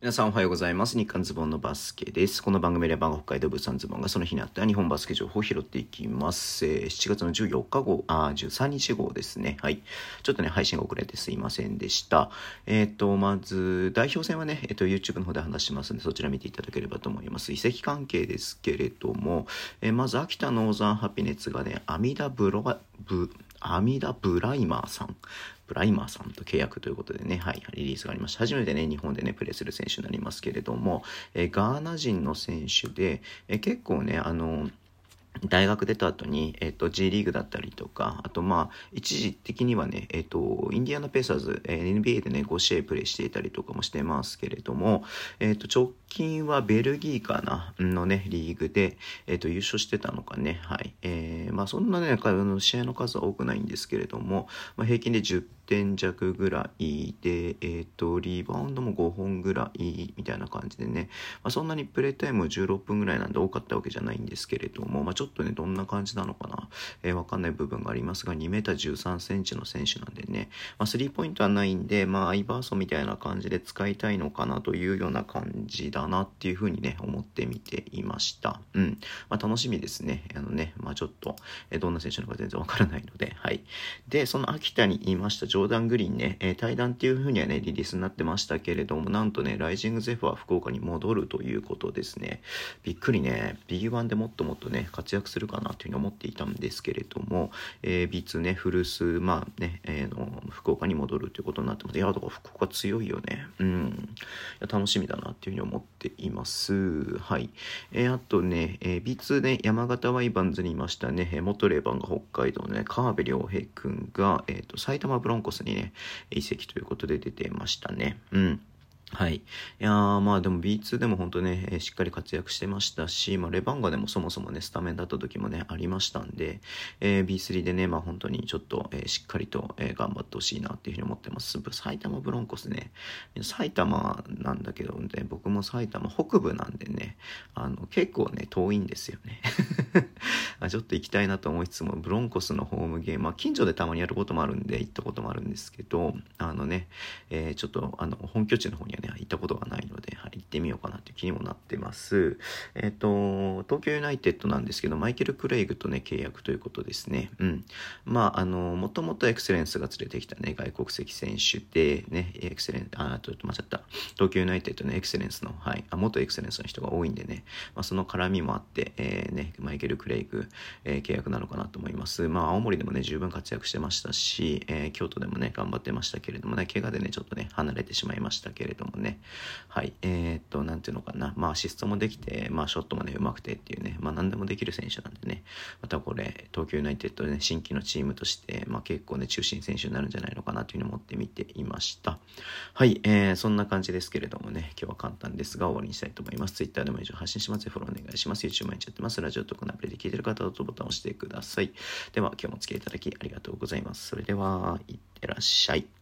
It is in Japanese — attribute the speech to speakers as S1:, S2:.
S1: 皆さんおはようございます。日刊ズボンのバスケです。この番組では北海道物産ズボンがその日にあった日本バスケ情報を拾っていきます。7月の14日号、13日号ですね。はい。ちょっとね、配信が遅れてすいませんでした。まず、代表戦はね、YouTube の方で話しますので、そちら見ていただければと思います。移籍関係ですけれども、まず、秋田ノーザンハピネッツがね、アミダブライマーさん。ブライマーさんと契約ということでね、はい、リリースがありました。初めてね、日本でね、プレーする選手になりますけれども、ガーナ人の選手で、結構ね、大学出た後に、G リーグだったりとか、あと一時的にはね、インディアナペイサーズ、NBA でね、5試合プレーしていたりとかもしてますけれども、直近はベルギーかなのね、リーグで、優勝してたのかね、はい。そんなね、試合の数は多くないんですけれども、平均で10点弱ぐらいで、リバウンドも5本ぐらいみたいな感じでね、そんなにプレータイム16分ぐらいなんで多かったわけじゃないんですけれども、ちょっとね、どんな感じなのかな、わかんない部分がありますが、2メーター13センチの選手なんでね、スリーポイントはないんで、アイバーソみたいな感じで使いたいのかなというような感じだなっていうふうにね、思ってみていました。楽しみですね。ちょっと、どんな選手なのか全然わからないので、はい。で、その秋田に言いましたジョーダン・グリーンね、対談っていうふうにはね、リリースになってましたけれども、なんとね、ライジングゼファー福岡に戻るということですね。びっくりね、B1 でもっともっとね、活躍するかなというふうに思っていたんですけれども、B2 ね、古巣、福岡に戻るということになってます。いや、だから福岡強いよね。楽しみだなっていうふうに思っています。はい。あとね、B2 ね、山形ワイバンズにいましたね、元レバンが北海道のね、川辺良平くんが、埼玉ブロンコスにね、移籍ということで出てましたね。はい。いやーでも B2 でも本当ね、しっかり活躍してましたし、レバンガでもそもそもね、スタメンだった時もね、ありましたんで、B3 でね、本当にちょっと、しっかりと、頑張ってほしいなっていうふうに思ってます。埼玉ブロンコスね、埼玉なんだけど、ね、僕も埼玉北部なんでね、結構ね、遠いんですよね。ちょっと行きたいなと思いつつも、ブロンコスのホームゲーム、近所でたまにやることもあるんで、行ったこともあるんですけど、ちょっと、本拠地の方にはね、行ったことがないので、行ってみようかなという気にもなってます。東京ユナイテッドなんですけど、マイケル・クレイグとね、契約ということですね。もともとエクセレンスが連れてきたね、外国籍選手で、ね、東京ユナイテッドのエクセレンスの、元エクセレンスの人が多いんでね、その絡みもあって、マイケル・クレイグ、契約なのかなと思います。青森でもね、十分活躍してましたし、京都でもね、頑張ってましたけれどもね、怪我でね、ちょっとね、離れてしまいましたけれどもね、はい、なんていうのかな、アシストもできて、ショットもね、上手くてっていうね、何でもできる選手なんでね、またこれ、東京ユナイテッドでね、新規のチームとして、結構ね、中心選手になるんじゃないのかなというふうに思って見ていました。はい、そんな感じですけれどもね、今日は簡単ですが終わりにしたいと思います。Twitter でも以上発信します。フォローお願いします。YouTube 毎日やってます。ラジオとかのアプリで聞いてる方はボタンを押してください。では、今日もお付き合いいただきありがとうございます。それでは、いってらっしゃい。